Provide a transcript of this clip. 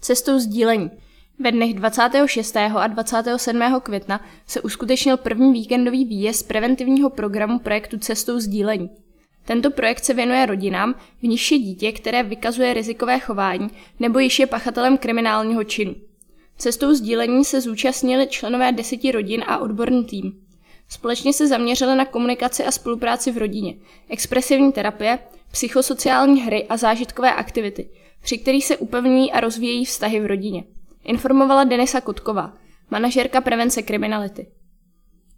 Cestou sdílení. Ve dnech 26. a 27. května se uskutečnil první víkendový výjezd preventivního programu projektu Cestou sdílení. Tento projekt se věnuje rodinám, v nichž je dítě, které vykazuje rizikové chování nebo již je pachatelem kriminálního činu. Cestou sdílení se zúčastnili členové 10 rodin a odborný tým. Společně se zaměřili na komunikaci a spolupráci v rodině, expresivní terapie, psychosociální hry a zážitkové aktivity, při kterých se upevňují a rozvíjejí vztahy v rodině. Informovala Denisa Kotková, manažérka prevence kriminality.